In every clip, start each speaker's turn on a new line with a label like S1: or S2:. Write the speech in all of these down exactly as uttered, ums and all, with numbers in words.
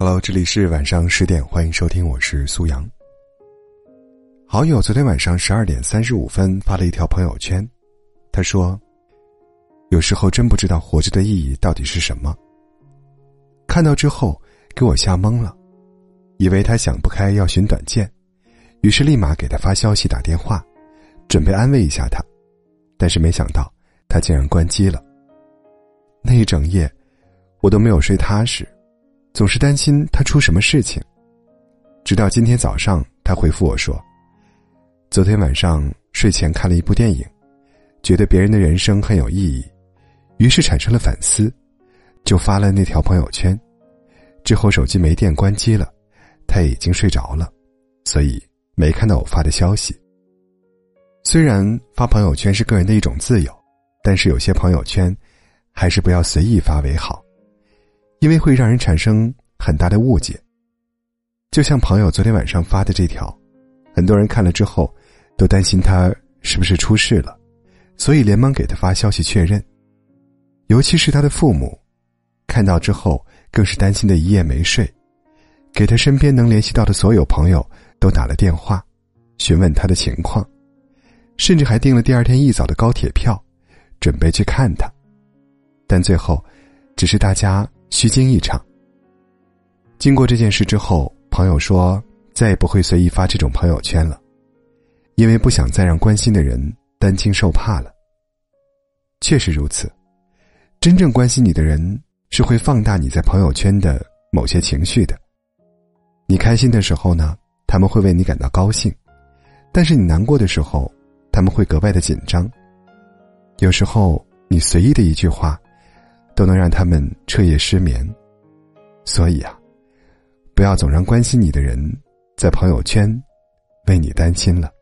S1: Hello， 这里是晚上十点，欢迎收听，我是苏阳。好友昨天晚上十二点三十五分发了一条朋友圈，他说：有时候真不知道活着的意义到底是什么。看到之后给我吓懵了，以为他想不开要寻短见，于是立马给他发消息打电话，准备安慰一下他，但是没想到他竟然关机了。那一整夜我都没有睡踏实，总是担心他出什么事情。直到今天早上他回复我说，昨天晚上睡前看了一部电影，觉得别人的人生很有意义，于是产生了反思，就发了那条朋友圈。之后手机没电关机了，他已经睡着了，所以没看到我发的消息。虽然发朋友圈是个人的一种自由，但是有些朋友圈还是不要随意发为好，因为会让人产生很大的误解。就像朋友昨天晚上发的这条，很多人看了之后都担心他是不是出事了，所以连忙给他发消息确认。尤其是他的父母看到之后更是担心的一夜没睡，给他身边能联系到的所有朋友都打了电话询问他的情况，甚至还订了第二天一早的高铁票准备去看他。但最后只是大家虚惊一场。经过这件事之后，朋友说再也不会随意发这种朋友圈了，因为不想再让关心的人担惊受怕了。确实如此，真正关心你的人是会放大你在朋友圈的某些情绪的。你开心的时候呢，他们会为你感到高兴，但是你难过的时候，他们会格外的紧张。有时候你随意的一句话都能让他们彻夜失眠。所以啊，不要总让关心你的人在朋友圈为你担心了。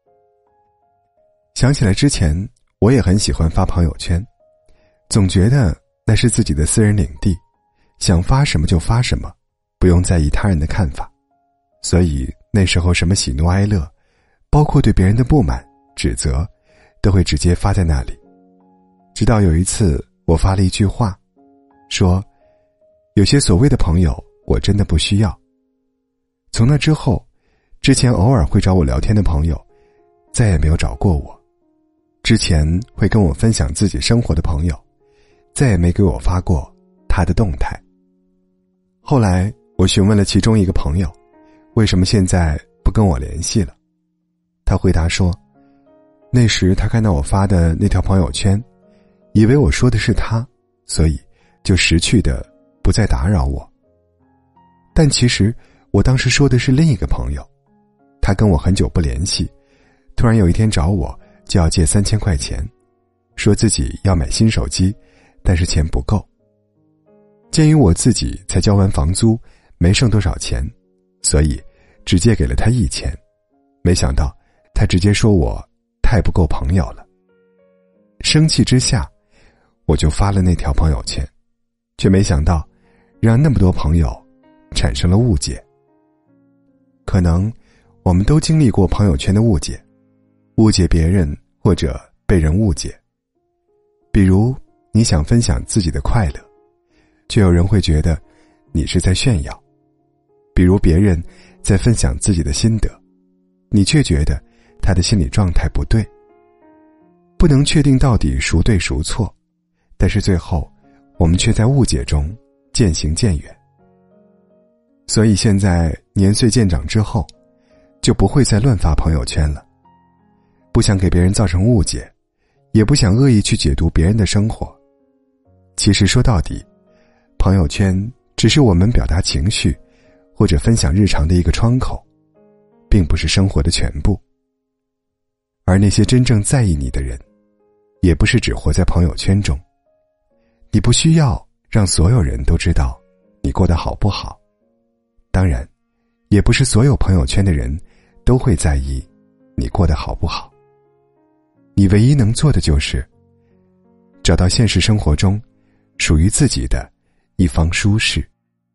S1: 想起来之前我也很喜欢发朋友圈，总觉得那是自己的私人领地，想发什么就发什么，不用在意他人的看法。所以那时候什么喜怒哀乐，包括对别人的不满指责，都会直接发在那里。直到有一次我发了一句话，说有些所谓的朋友我真的不需要。从那之后，之前偶尔会找我聊天的朋友再也没有找过我，之前会跟我分享自己生活的朋友再也没给我发过他的动态。后来我询问了其中一个朋友，为什么现在不跟我联系了。他回答说，那时他看到我发的那条朋友圈，以为我说的是他，所以就识趣的不再打扰我。但其实我当时说的是另一个朋友，他跟我很久不联系，突然有一天找我就要借三千块钱，说自己要买新手机，但是钱不够。鉴于我自己才交完房租，没剩多少钱，所以只借给了他一千。没想到他直接说我太不够朋友了。生气之下，我就发了那条朋友圈，却没想到让那么多朋友产生了误解。可能我们都经历过朋友圈的误解，误解别人或者被人误解。比如你想分享自己的快乐，却有人会觉得你是在炫耀。比如别人在分享自己的心得，你却觉得他的心理状态不对。不能确定到底孰对孰错，但是最后我们却在误解中渐行渐远。所以现在年岁渐长之后，就不会再乱发朋友圈了。不想给别人造成误解，也不想恶意去解读别人的生活。其实说到底，朋友圈只是我们表达情绪或者分享日常的一个窗口，并不是生活的全部。而那些真正在意你的人，也不是只活在朋友圈中。你不需要让所有人都知道你过得好不好，当然也不是所有朋友圈的人都会在意你过得好不好。你唯一能做的就是找到现实生活中属于自己的一方舒适。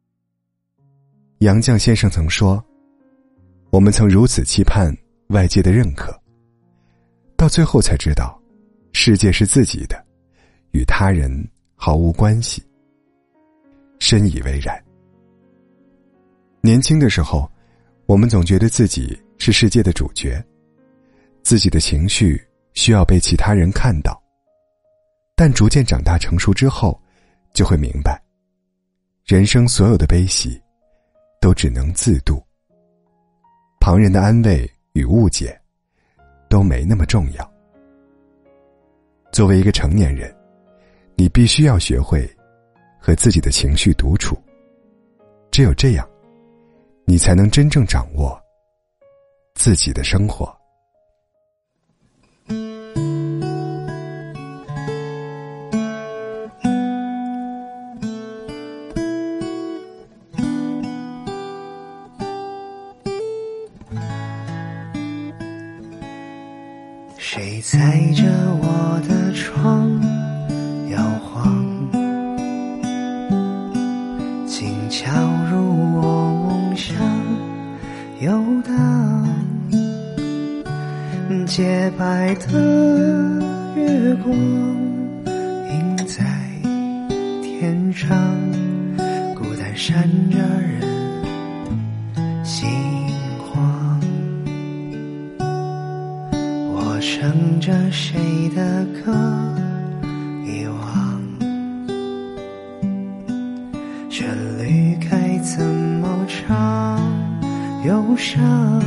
S1: 杨绛先生曾说，我们曾如此期盼外界的认可，到最后才知道世界是自己的，与他人毫无关系。深以为然。 年轻的时候，我们总觉得自己是世界的主角，自己的情绪需要被其他人看到。但逐渐长大成熟之后，就会明白，人生所有的悲喜都只能自度，旁人的安慰与误解都没那么重要。作为一个成年人，你必须要学会和自己的情绪独处，只有这样，你才能真正掌握自己的生活。
S2: 谁踩着我的窗摇晃，静悄入我梦乡游荡，洁白的月光映在天上，孤单闪着人心慌。我唱着谁的歌遗忘，旋律该怎么唱忧伤，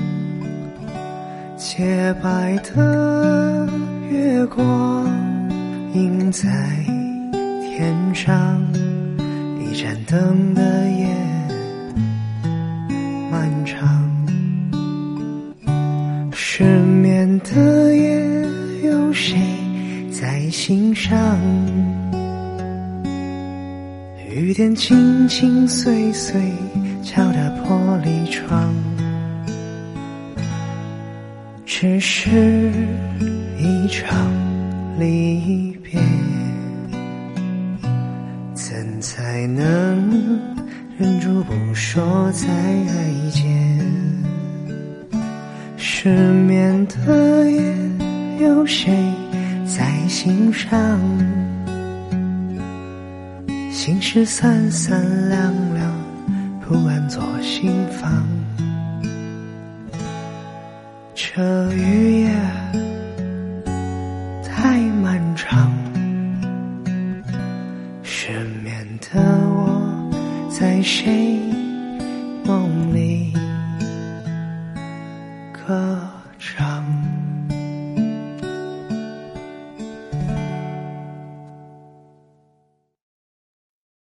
S2: 洁白的月光映在天上，一盏灯的夜漫长，失眠的夜有谁在心上，雨点轻轻碎碎敲打玻璃窗，只是一场离别，怎才能忍住不说再见？失眠的夜有谁在心上，心事散散凉凉，不安坐心房。这雨夜太漫长，失眠的我在谁